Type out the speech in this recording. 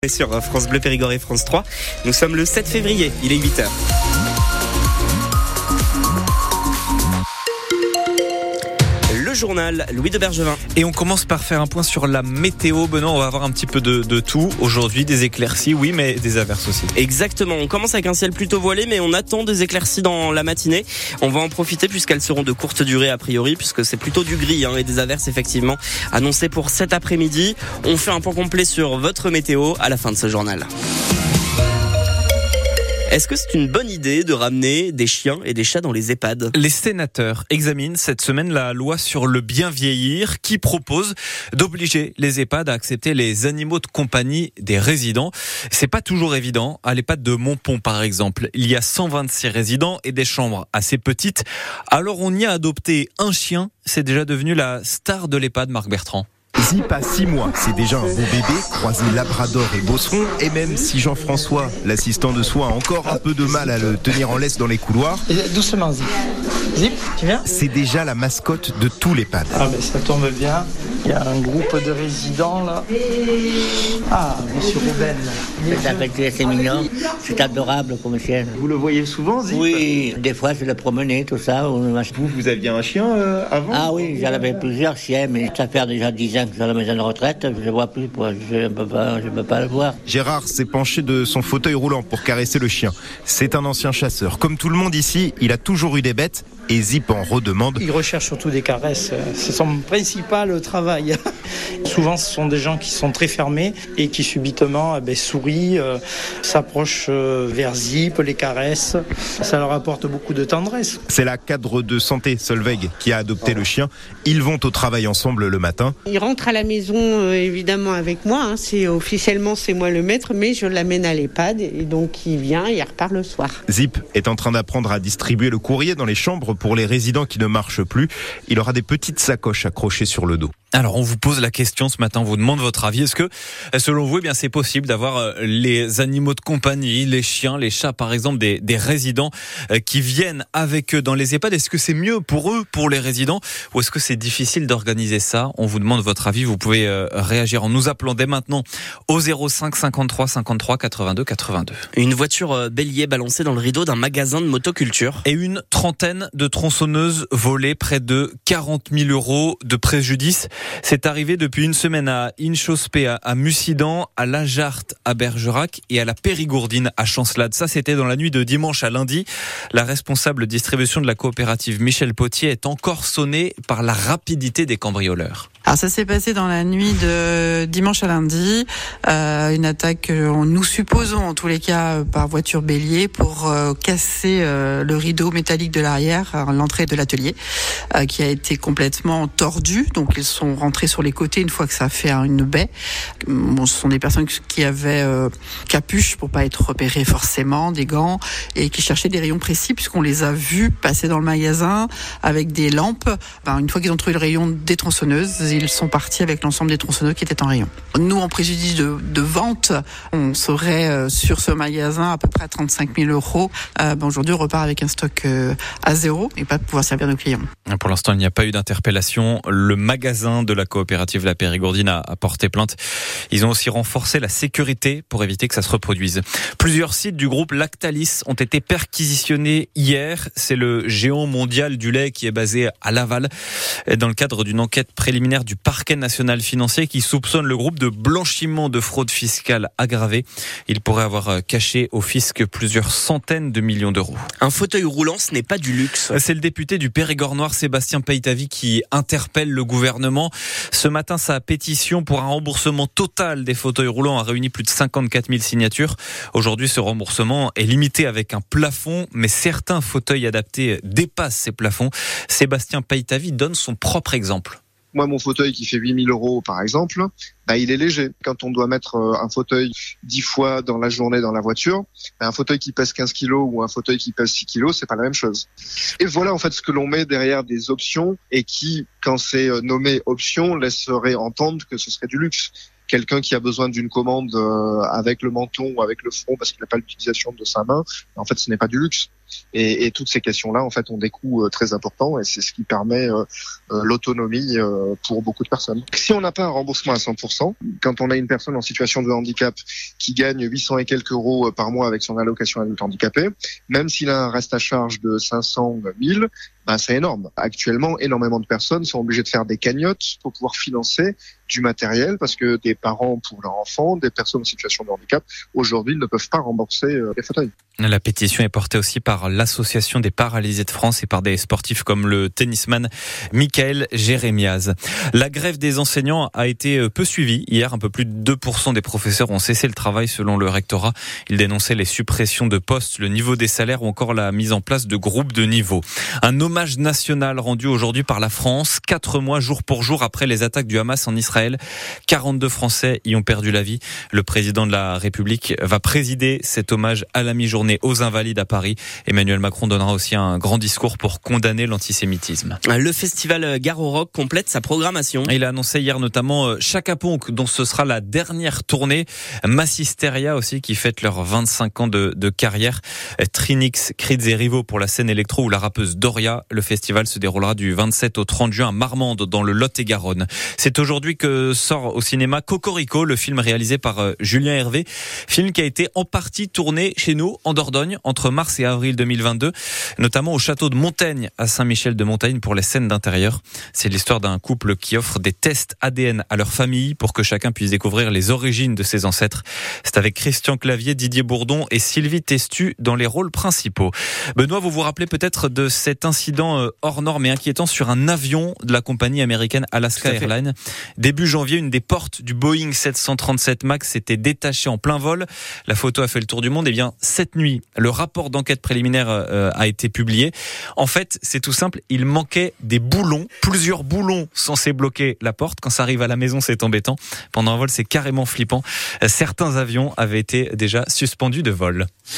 Sur France Bleu Périgord et France 3. Nous sommes le 7 février, il est 8h. Le journal, Louis de Bergevin. Et on commence par faire un point sur la météo. Benoît, on va avoir un petit peu de tout. Aujourd'hui, des éclaircies, oui, mais des averses aussi. Exactement, on commence avec un ciel plutôt voilé, mais on attend des éclaircies dans la matinée. On va en profiter puisqu'elles seront de courte durée a priori, puisque c'est plutôt du gris et des averses effectivement annoncées pour cet après-midi. On fait un point complet sur votre météo à la fin de ce journal. Est-ce que c'est une bonne idée de ramener des chiens et des chats dans les EHPAD ? Les sénateurs examinent cette semaine la loi sur le bien vieillir qui propose d'obliger les EHPAD à accepter les animaux de compagnie des résidents. C'est pas toujours évident. À l'EHPAD de Montpont, par exemple, il y a 126 résidents et des chambres assez petites. Alors on y a adopté un chien. C'est déjà devenu la star de l'EHPAD, Marc Bertrand. Zip a 6 mois, c'est déjà un beau bébé, croisé labrador et bosseron, et même si Jean-François, l'assistant de soins, a encore un peu de mal à le tenir en laisse dans les couloirs, doucement Zip. Zip, tu viens ? C'est déjà la mascotte de tous les EHPAD. Ah ben ça tombe bien, il y a un groupe de résidents là. Ah, monsieur Robben. C'est mignon, c'est adorable comme chien. Vous le voyez souvent, Zip ? Oui, des fois je le promenais, tout ça. Vous aviez un chien avant ? Ah oui, j'en avais plusieurs chiens, mais ça fait déjà 10 ans que je suis à la maison de retraite, je ne le vois plus, je ne peux pas le voir. Gérard s'est penché de son fauteuil roulant pour caresser le chien. C'est un ancien chasseur. Comme tout le monde ici, il a toujours eu des bêtes et Zip en redemande. Il recherche surtout des caresses, c'est son principal travail. Souvent ce sont des gens qui sont très fermés et qui subitement sourient, s'approchent vers Zip, les caressent. Ça leur apporte beaucoup de tendresse. C'est la cadre de santé, Solveig, qui a adopté le chien. Ils vont au travail ensemble le matin. Il rentre à la maison évidemment avec moi, officiellement c'est moi le maître, mais je l'amène à l'EHPAD et donc il vient et il repart le soir. Zip est en train d'apprendre à distribuer le courrier dans les chambres pour les résidents qui ne marchent plus. Il aura des petites sacoches accrochées sur le dos. Alors on vous pose la question ce matin, on vous demande votre avis. Est-ce que selon vous, c'est possible d'avoir les animaux de compagnie, les chiens, les chats par exemple, des résidents qui viennent avec eux dans les EHPAD? Est-ce que c'est mieux pour eux, pour les résidents, ou est-ce que c'est difficile d'organiser ça? On vous demande votre avis, vous pouvez réagir en nous appelant dès maintenant au 05 53 53 82 82. Une voiture bélier balancée dans le rideau d'un magasin de motoculture. Et une trentaine de tronçonneuses volées, près de 40 000 € de préjudice. C'est arrivé depuis une semaine à Inchospé, à Mussidan, à La Jarte, à Bergerac et à la Périgourdine, à Chancelade. Ça, c'était dans la nuit de dimanche à lundi. La responsable distribution de la coopérative, Michel Potier, est encore sonnée par la rapidité des cambrioleurs. Alors ça s'est passé dans la nuit de dimanche à lundi, une attaque, nous supposons en tous les cas par voiture bélier pour casser le rideau métallique de l'arrière, à l'entrée de l'atelier, qui a été complètement tordu. Donc ils sont rentrés sur les côtés une fois que ça a fait une baie. Bon, ce sont des personnes qui avaient capuche pour pas être repérées forcément, des gants, et qui cherchaient des rayons précis puisqu'on les a vus passer dans le magasin avec des lampes. Une fois qu'ils ont trouvé le rayon des tronçonneuses, ils sont partis avec l'ensemble des tronçonneuses qui étaient en rayon. Nous, en préjudice de vente, on serait sur ce magasin à peu près à 35 000 €. Aujourd'hui, on repart avec un stock à zéro et pas pouvoir servir nos clients. Pour l'instant, il n'y a pas eu d'interpellation. Le magasin de la coopérative La Périgourdine a porté plainte. Ils ont aussi renforcé la sécurité pour éviter que ça se reproduise. Plusieurs sites du groupe Lactalis ont été perquisitionnés hier. C'est le géant mondial du lait qui est basé à Laval, dans le cadre d'une enquête préliminaire du parquet national financier qui soupçonne le groupe de blanchiment de fraude fiscale aggravée. Il pourrait avoir caché au fisc plusieurs centaines de millions d'euros. Un fauteuil roulant, ce n'est pas du luxe. C'est le député du Périgord Noir, Sébastien Peytavi, qui interpelle le gouvernement. Ce matin, sa pétition pour un remboursement total des fauteuils roulants a réuni plus de 54 000 signatures. Aujourd'hui, ce remboursement est limité avec un plafond, mais certains fauteuils adaptés dépassent ces plafonds. Sébastien Peytavi donne son propre exemple. Moi, mon fauteuil qui fait 8 000 € par exemple, il est léger. Quand on doit mettre un fauteuil 10 fois dans la journée dans la voiture, un fauteuil qui pèse 15 kilos ou un fauteuil qui pèse 6 kilos, c'est pas la même chose. Et voilà en fait ce que l'on met derrière des options et qui, quand c'est nommé option, laisserait entendre que ce serait du luxe. Quelqu'un qui a besoin d'une commande avec le menton ou avec le front parce qu'il n'a pas l'utilisation de sa main, en fait ce n'est pas du luxe. Et toutes ces questions-là, en fait, ont des coûts très importants et c'est ce qui permet l'autonomie pour beaucoup de personnes. Si on n'a pas un remboursement à 100%, quand on a une personne en situation de handicap qui gagne 800 et quelques euros par mois avec son allocation adulte handicapé, même s'il a un reste à charge de 500 1000, c'est énorme. Actuellement, énormément de personnes sont obligées de faire des cagnottes pour pouvoir financer du matériel parce que des parents pour leurs enfants, des personnes en situation de handicap, aujourd'hui ne peuvent pas rembourser les fauteuils. La pétition est portée aussi par l'Association des paralysés de France et par des sportifs comme le tennisman Michael Jérémiaz. La grève des enseignants a été peu suivie. Hier, un peu plus de 2% des professeurs ont cessé le travail selon le rectorat. Ils dénonçaient les suppressions de postes, le niveau des salaires ou encore la mise en place de groupes de niveau. Un hommage national rendu aujourd'hui par la France, 4 mois jour pour jour après les attaques du Hamas en Israël. 42 Français y ont perdu la vie. Le président de la République va présider cet hommage à la mi-journée aux Invalides à Paris. Emmanuel Macron donnera aussi un grand discours pour condamner l'antisémitisme. Le festival Garo Rock complète sa programmation. Il a annoncé hier notamment Chaka Ponk, dont ce sera la dernière tournée. Massisteria aussi, qui fête leurs 25 ans de carrière. Trinix, Crids et Rivaux pour la scène électro ou la rappeuse Doria. Le festival se déroulera du 27 au 30 juin à Marmande, dans le Lot-et-Garonne. C'est aujourd'hui que sort au cinéma Cocorico, le film réalisé par Julien Hervé. Film qui a été en partie tourné chez nous, en Dordogne, entre mars et avril 2022, notamment au château de Montaigne, à Saint-Michel-de-Montagne, pour les scènes d'intérieur. C'est l'histoire d'un couple qui offre des tests ADN à leur famille pour que chacun puisse découvrir les origines de ses ancêtres. C'est avec Christian Clavier, Didier Bourdon et Sylvie Testu dans les rôles principaux. Benoît, vous vous rappelez peut-être de cet incident hors norme et inquiétant sur un avion de la compagnie américaine Alaska Airlines. Début janvier, une des portes du Boeing 737 MAX s'était détachée en plein vol. La photo a fait le tour du monde. Et bien, cette nuit, le rapport d'enquête préliminaire a été publié. En fait, c'est tout simple, il manquait des boulons, plusieurs boulons censés bloquer la porte. Quand ça arrive à la maison, c'est embêtant. Pendant un vol, c'est carrément flippant. Certains avions avaient été déjà suspendus de vol.